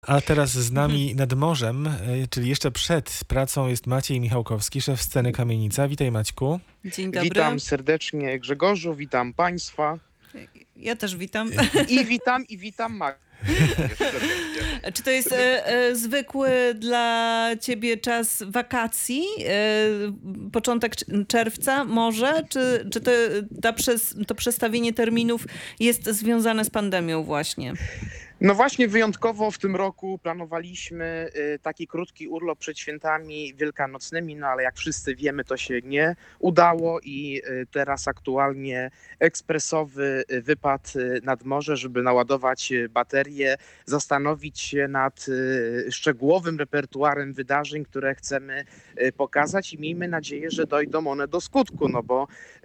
A teraz z nami nad morzem, czyli jeszcze przed pracą, jest Maciej Michałkowski, szef sceny Kamienica. Witaj, Maćku. Dzień Witam dobry. serdecznie Grzegorzu, witam Państwa Ja też witam. i witam również serdecznie. Czy to jest zwykły dla ciebie czas wakacji? Początek czerwca może? Czy to przestawienie terminów jest związane z pandemią właśnie? No właśnie wyjątkowo w tym roku planowaliśmy taki krótki urlop przed świętami wielkanocnymi, no ale jak wszyscy wiemy, to się nie udało i teraz aktualnie ekspresowy wypad nad morze, żeby naładować baterie, zastanowić się nad szczegółowym repertuarem wydarzeń, które chcemy pokazać i miejmy nadzieję, że dojdą one do skutku, no bo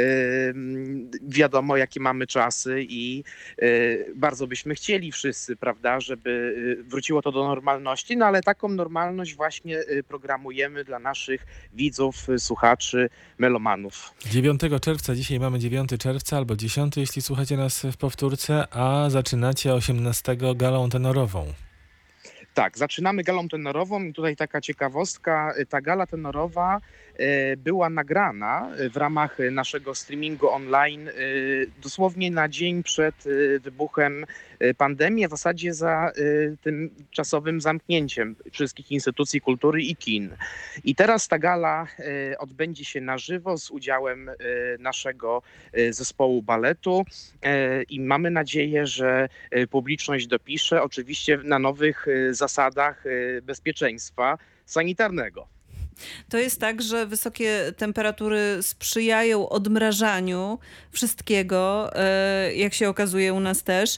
wiadomo, jakie mamy czasy i bardzo byśmy chcieli wszyscy, prawda, żeby wróciło to do normalności, no ale taką normalność właśnie programujemy dla naszych widzów, słuchaczy, melomanów. 9 czerwca, dzisiaj mamy 9 czerwca albo 10, jeśli słuchacie nas w powtórce, a zaczynacie 18 galą tenorową. Tak, zaczynamy galą tenorową i tutaj taka ciekawostka, ta gala tenorowa była nagrana w ramach naszego streamingu online dosłownie na dzień przed wybuchem pandemii, a w zasadzie za tym czasowym zamknięciem wszystkich instytucji kultury i kin. I teraz ta gala odbędzie się na żywo z udziałem naszego zespołu baletu i mamy nadzieję, że publiczność dopisze, oczywiście na nowych zasadach bezpieczeństwa sanitarnego. To jest tak, że wysokie temperatury sprzyjają odmrażaniu wszystkiego, jak się okazuje u nas też.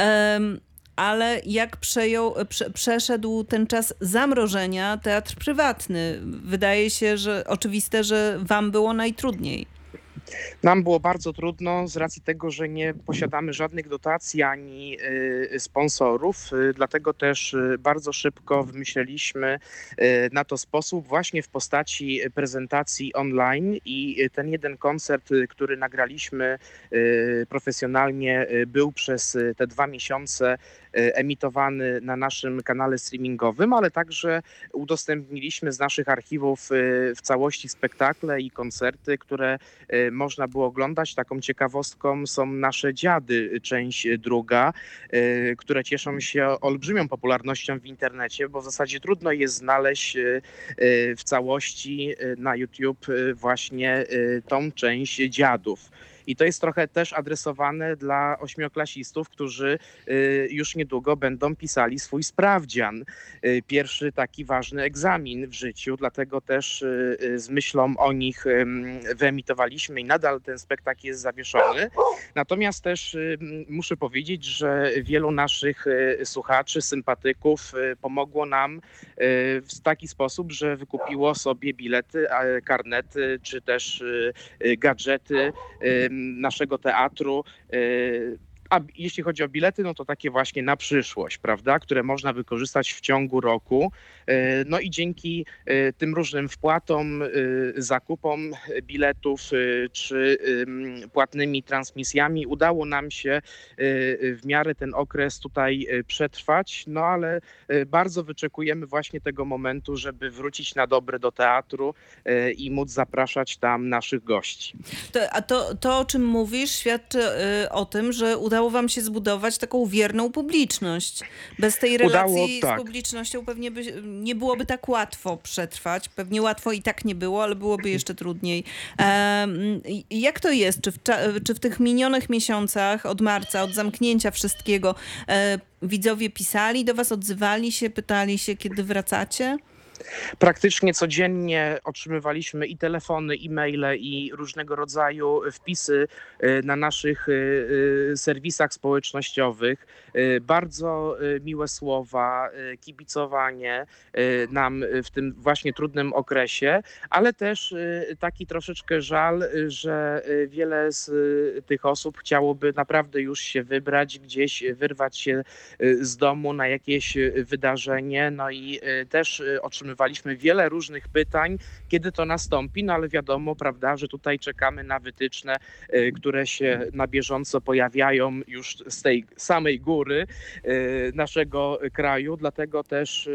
Ale jak przeszedł ten czas zamrożenia teatr prywatny? Wydaje się, że oczywiste, że wam było najtrudniej. Nam było bardzo trudno z racji tego, że nie posiadamy żadnych dotacji ani sponsorów, dlatego też bardzo szybko wymyśleliśmy na to sposób właśnie w postaci prezentacji online i ten jeden koncert, który nagraliśmy profesjonalnie, był przez te 2 miesiące emitowany na naszym kanale streamingowym, ale także udostępniliśmy z naszych archiwów w całości spektakle i koncerty, które można było oglądać. Taką ciekawostką są nasze dziady, część druga, które cieszą się olbrzymią popularnością w internecie, bo w zasadzie trudno jest znaleźć w całości na YouTube właśnie tą część dziadów. I to jest trochę też adresowane dla ośmioklasistów, którzy już niedługo będą pisali swój sprawdzian. Pierwszy taki ważny egzamin w życiu, dlatego też z myślą o nich wyemitowaliśmy i nadal ten spektakl jest zawieszony. Natomiast też muszę powiedzieć, że wielu naszych słuchaczy, sympatyków pomogło nam w taki sposób, że wykupiło sobie bilety, karnety czy też gadżety naszego teatru. A jeśli chodzi o bilety, no to takie właśnie na przyszłość, prawda, które można wykorzystać w ciągu roku. No i dzięki tym różnym wpłatom, zakupom biletów czy płatnymi transmisjami udało nam się w miarę ten okres tutaj przetrwać, no ale bardzo wyczekujemy właśnie tego momentu, żeby wrócić na dobre do teatru i móc zapraszać tam naszych gości. To, o czym mówisz, świadczy o tym, że udało wam się zbudować taką wierną publiczność. Bez tej relacji z publicznością pewnie nie byłoby tak łatwo przetrwać. Pewnie łatwo i tak nie było, ale byłoby jeszcze trudniej. Jak to jest? Czy w tych minionych miesiącach od marca, od zamknięcia wszystkiego, widzowie pisali do was, odzywali się, pytali się, kiedy wracacie? Praktycznie codziennie otrzymywaliśmy i telefony, i maile, i różnego rodzaju wpisy na naszych serwisach społecznościowych. Bardzo miłe słowa, kibicowanie nam w tym właśnie trudnym okresie, ale też taki troszeczkę żal, że wiele z tych osób chciałoby naprawdę już się wybrać, gdzieś wyrwać się z domu na jakieś wydarzenie, no i też otrzymaliśmy otrzymywaliśmy wiele różnych pytań, kiedy to nastąpi, no ale wiadomo, prawda, że tutaj czekamy na wytyczne, które się na bieżąco pojawiają już z tej samej góry naszego kraju, dlatego też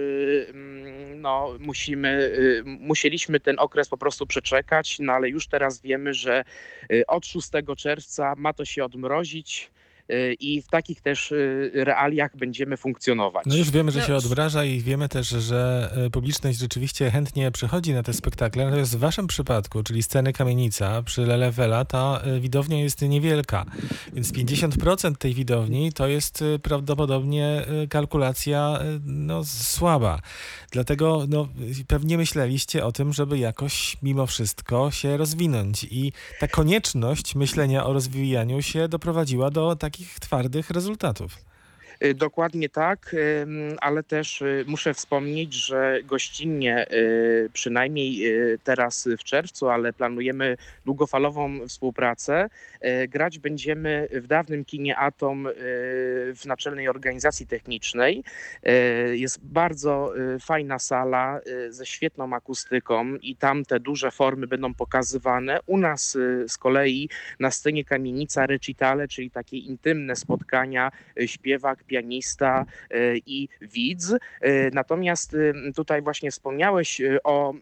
no, musieliśmy ten okres po prostu przeczekać, no ale już teraz wiemy, że od 6 czerwca ma to się odmrozić i w takich też realiach będziemy funkcjonować. No już wiemy, że się odmraża i wiemy też, że publiczność rzeczywiście chętnie przychodzi na te spektakle, natomiast w waszym przypadku, czyli sceny Kamienica przy Lele Wella, ta widownia jest niewielka, więc 50% tej widowni to jest prawdopodobnie kalkulacja no, słaba. Dlatego no, pewnie myśleliście o tym, żeby jakoś mimo wszystko się rozwinąć i ta konieczność myślenia o rozwijaniu się doprowadziła do takich twardych rezultatów. Dokładnie tak, ale też muszę wspomnieć, że gościnnie, przynajmniej teraz w czerwcu, ale planujemy długofalową współpracę. Grać będziemy w dawnym kinie Atom w Naczelnej Organizacji Technicznej. Jest bardzo fajna sala ze świetną akustyką i tam te duże formy będą pokazywane. U nas z kolei na scenie Kamienica recitale, czyli takie intymne spotkania, śpiewak, pianista i widz. Natomiast tutaj właśnie wspomniałeś o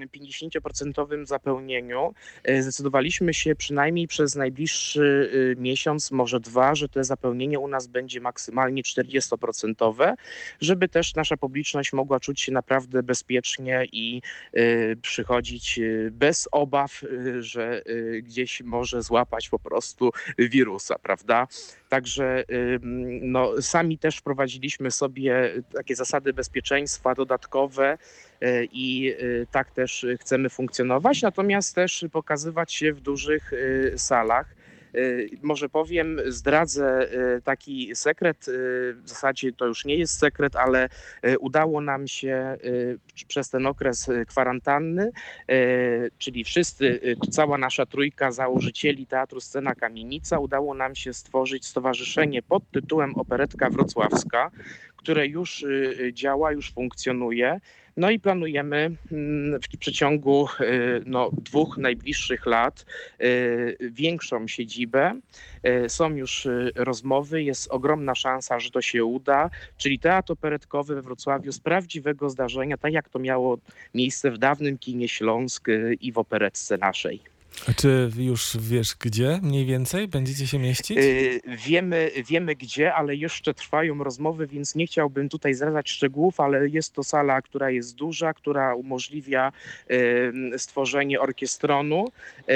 50% zapełnieniu. Zdecydowaliśmy się przynajmniej przez najbliższy miesiąc, może 2, że to zapełnienie u nas będzie maksymalnie 40%, żeby też nasza publiczność mogła czuć się naprawdę bezpiecznie i przychodzić bez obaw, że gdzieś może złapać po prostu wirusa, prawda? Także no, sami też wprowadziliśmy sobie takie zasady bezpieczeństwa dodatkowe i tak też chcemy funkcjonować, natomiast też pokazywać się w dużych salach. Może powiem, zdradzę taki sekret, w zasadzie to już nie jest sekret, ale udało nam się przez ten okres kwarantanny, czyli wszyscy, cała nasza trójka założycieli Teatru Scena Kamienica, udało nam się stworzyć stowarzyszenie pod tytułem Operetka Wrocławska, które już działa, już funkcjonuje. No i planujemy w przeciągu 2 najbliższych lat większą siedzibę. Są już rozmowy, jest ogromna szansa, że to się uda, czyli teatr operetkowy we Wrocławiu z prawdziwego zdarzenia, tak jak to miało miejsce w dawnym kinie Śląsk i w operetce naszej. A czy już wiesz, gdzie mniej więcej będziecie się mieścić? Wiemy gdzie, ale jeszcze trwają rozmowy, więc nie chciałbym tutaj zdradzać szczegółów, ale jest to sala, która jest duża, która umożliwia stworzenie orkiestronu.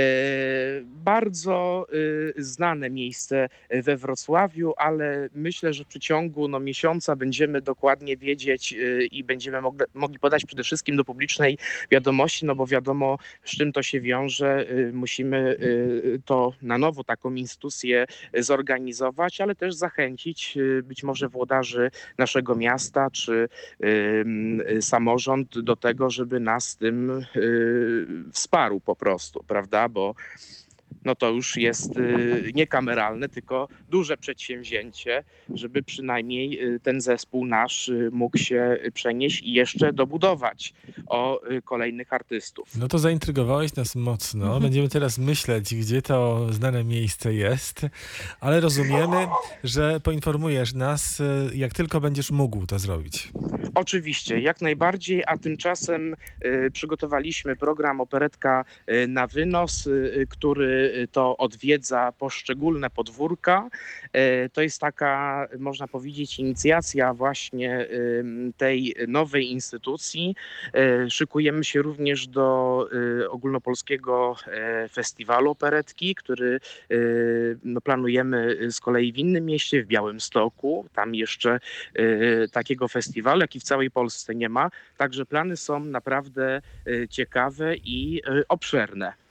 Bardzo znane miejsce we Wrocławiu, ale myślę, że w przeciągu miesiąca będziemy dokładnie wiedzieć i będziemy mogli podać przede wszystkim do publicznej wiadomości, no bo wiadomo, z czym to się wiąże. Musimy to na nowo taką instytucję zorganizować, ale też zachęcić być może włodarzy naszego miasta czy samorząd do tego, żeby nas tym wsparł po prostu, prawda? Bo no to już jest niekameralne, tylko duże przedsięwzięcie, żeby przynajmniej ten zespół nasz mógł się przenieść i jeszcze dobudować o kolejnych artystów. No to zaintrygowałeś nas mocno. Będziemy teraz myśleć, gdzie to znane miejsce jest, ale rozumiemy, że poinformujesz nas, jak tylko będziesz mógł to zrobić. Oczywiście, jak najbardziej, a tymczasem przygotowaliśmy program Operetka na wynos, który to odwiedza poszczególne podwórka. To jest taka, można powiedzieć, inicjacja właśnie tej nowej instytucji. Szykujemy się również do ogólnopolskiego festiwalu operetki, który planujemy z kolei w innym mieście, w Białymstoku. Tam jeszcze takiego festiwalu, jak i w całej Polsce nie ma. Także plany są naprawdę ciekawe i obszerne.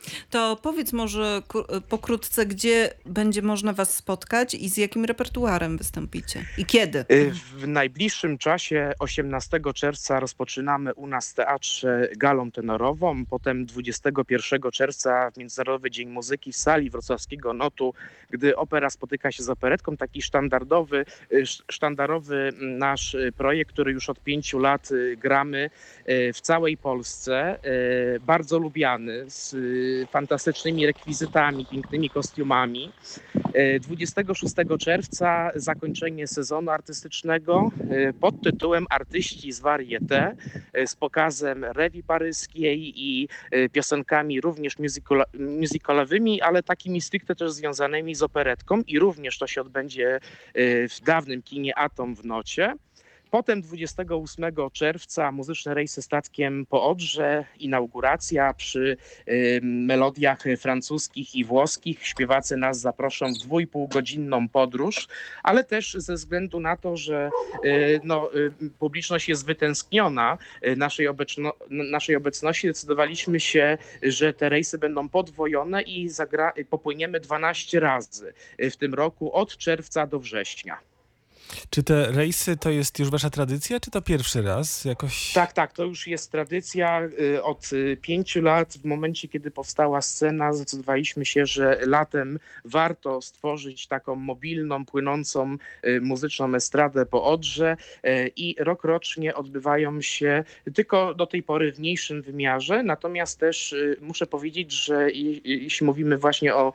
To powiedz może pokrótce, gdzie będzie można was spotkać i z jakim repertuarem wystąpicie? I kiedy? W najbliższym czasie 18 czerwca rozpoczynamy u nas w Teatrze galą tenorową, potem 21 czerwca Międzynarodowy Dzień Muzyki w sali wrocławskiego NOT-u, gdy opera spotyka się z operetką, taki sztandarowy nasz projekt, który już od 5 lat gramy w całej Polsce, bardzo lubiany, z fantastycznymi rekwizytami, pięknymi kostiumami. 26 czerwca zakończenie sezonu artystycznego pod tytułem Artyści z Varieté z pokazem rewi paryskiej i piosenkami również musicalowymi, ale takimi stricte też związanymi z operetką i również to się odbędzie w dawnym kinie Atom w Nocie. Potem 28 czerwca muzyczne rejsy statkiem po Odrze, inauguracja przy melodiach francuskich i włoskich. Śpiewacy nas zaproszą w 2,5-godzinną podróż, ale też ze względu na to, że publiczność jest wytęskniona naszej obecności, decydowaliśmy się, że te rejsy będą podwojone i popłyniemy 12 razy w tym roku od czerwca do września. Czy te rejsy to jest już wasza tradycja, czy to pierwszy raz jakoś? Tak, to już jest tradycja. Od 5 lat, w momencie kiedy powstała scena, zdecydowaliśmy się, że latem warto stworzyć taką mobilną, płynącą muzyczną estradę po Odrze i rokrocznie odbywają się tylko do tej pory w mniejszym wymiarze, natomiast też muszę powiedzieć, że jeśli mówimy właśnie o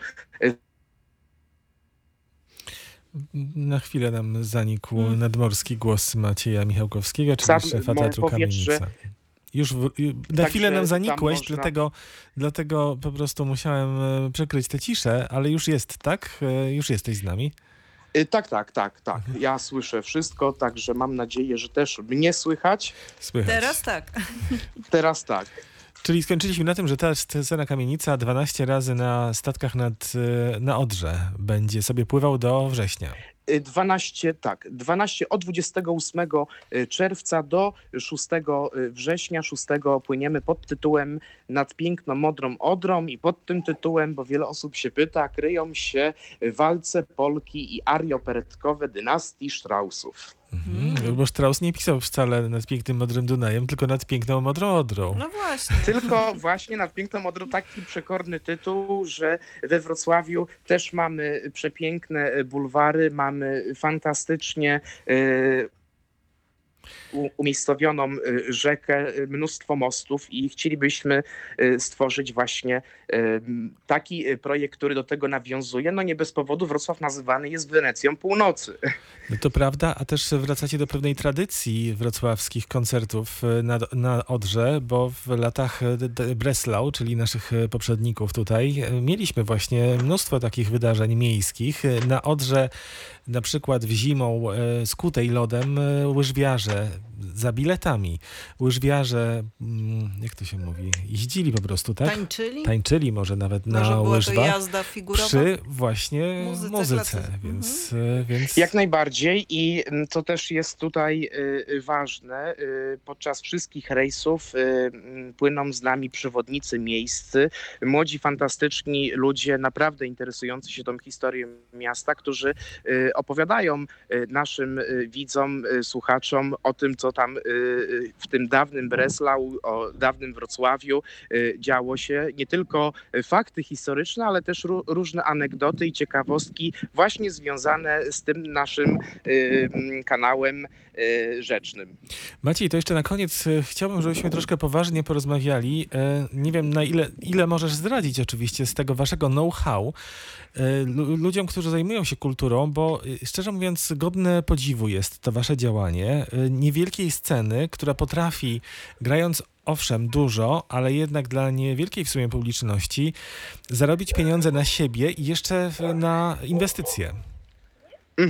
Na chwilę nam zanikł nadmorski głos Macieja Michałkowskiego, czyli szefa Teatru Kamienica. Już na chwilę nam zanikłeś, dlatego po prostu musiałem przykryć tę ciszę, ale już jest, tak? Już jesteś z nami? Tak. Ja słyszę wszystko, także mam nadzieję, że też mnie słychać. Teraz tak. Czyli skończyliśmy na tym, że ta scena Kamienica 12 razy na statkach na Odrze będzie sobie pływał do września. 12 od 28 czerwca do 6 września. 6 płyniemy pod tytułem Nad piękną modrą Odrą i pod tym tytułem, bo wiele osób się pyta, kryją się walce, polki i arie operetkowe dynastii Straussów. Bo Strauss nie pisał wcale nad pięknym modrym Dunajem, tylko nad piękną modrą Odrą. No właśnie. Tylko właśnie nad piękną Odrą, taki przekorny tytuł, że we Wrocławiu też mamy przepiękne bulwary, mamy fantastycznie umiejscowioną rzekę, mnóstwo mostów i chcielibyśmy stworzyć właśnie taki projekt, który do tego nawiązuje. No nie bez powodu Wrocław nazywany jest Wenecją Północy. No to prawda, a też wracacie do pewnej tradycji wrocławskich koncertów na Odrze, bo w latach Breslau, czyli naszych poprzedników tutaj, mieliśmy właśnie mnóstwo takich wydarzeń miejskich. Na Odrze na przykład w zimą skutej lodem łyżwiarze za biletami. Łyżwiarze, jak to się mówi, jeździli po prostu, tak? Tańczyli może nawet na łyżwach. Była to jazda figurowa? Przy właśnie muzyce. Więc... Jak najbardziej i co też jest tutaj ważne, podczas wszystkich rejsów płyną z nami przewodnicy miejscy, młodzi, fantastyczni ludzie, naprawdę interesujący się tą historią miasta, którzy opowiadają naszym widzom, słuchaczom o tym, co tam w tym dawnym Breslau, o dawnym Wrocławiu działo się. Nie tylko fakty historyczne, ale też różne anegdoty i ciekawostki właśnie związane z tym naszym kanałem rzecznym. Maciej, to jeszcze na koniec chciałbym, żebyśmy troszkę poważnie porozmawiali. Nie wiem, na ile możesz zdradzić oczywiście z tego waszego know-how ludziom, którzy zajmują się kulturą, bo szczerze mówiąc godne podziwu jest to wasze działanie. Niewielkiej sceny, która potrafi, grając owszem dużo, ale jednak dla niewielkiej w sumie publiczności, zarobić pieniądze na siebie i jeszcze na inwestycje.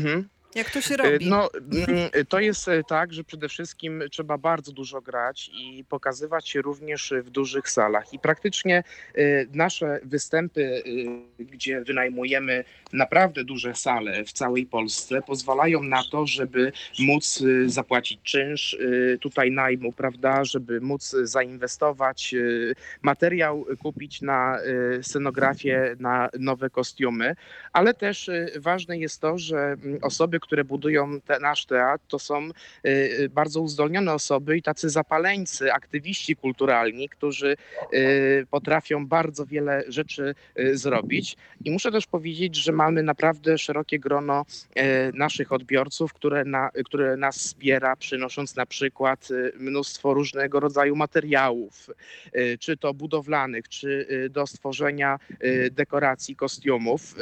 Jak to się robi? No, to jest tak, że przede wszystkim trzeba bardzo dużo grać i pokazywać się również w dużych salach. I praktycznie nasze występy, gdzie wynajmujemy naprawdę duże sale w całej Polsce, pozwalają na to, żeby móc zapłacić czynsz tutaj najmu, prawda, żeby móc zainwestować, materiał kupić na scenografię, na nowe kostiumy, ale też ważne jest to, że osoby, które budują nasz teatr, to są bardzo uzdolnione osoby i tacy zapaleńcy, aktywiści kulturalni, którzy potrafią bardzo wiele rzeczy zrobić. I muszę też powiedzieć, że mamy naprawdę szerokie grono naszych odbiorców, które nas wspiera, przynosząc na przykład mnóstwo różnego rodzaju materiałów, czy to budowlanych, czy do stworzenia dekoracji, kostiumów.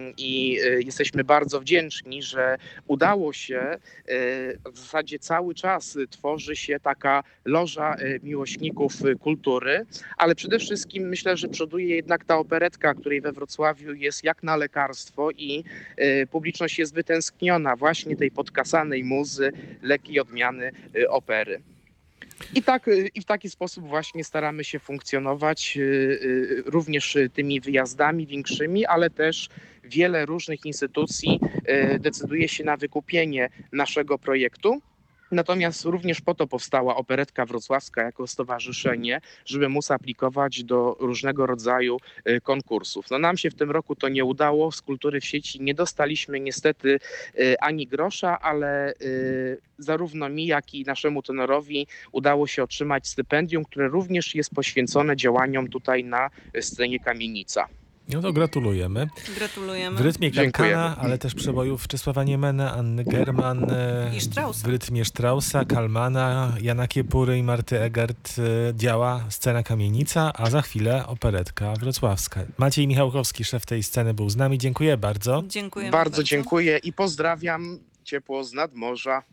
I jesteśmy bardzo wdzięczni, że udało się, w zasadzie cały czas tworzy się taka loża miłośników kultury, ale przede wszystkim myślę, że przoduje jednak ta operetka, której we Wrocławiu jest jak na lekarstwo i publiczność jest wytęskniona właśnie tej podkasanej muzy, lekkiej odmiany opery. I w taki sposób właśnie staramy się funkcjonować również tymi wyjazdami większymi, ale też wiele różnych instytucji decyduje się na wykupienie naszego projektu. Natomiast również po to powstała Operetka Wrocławska jako stowarzyszenie, żeby móc aplikować do różnego rodzaju konkursów. No nam się w tym roku to nie udało, z Kultury w sieci nie dostaliśmy niestety ani grosza, ale zarówno mi, jak i naszemu tenorowi udało się otrzymać stypendium, które również jest poświęcone działaniom tutaj na scenie Kamienica. No to gratulujemy. Gratulujemy. W rytmie Dziękujemy. Kankana, ale też przebojów Czesława Niemena, Anny German, I Straussa. w rytmie Straussa, Kalmana, Jana Kiepury i Marty Egert działa scena Kamienica, a za chwilę operetka wrocławska. Maciej Michałkowski, szef tej sceny, był z nami. Dziękuję bardzo. Dziękujemy Bardzo dziękuję i pozdrawiam ciepło z nadmorza.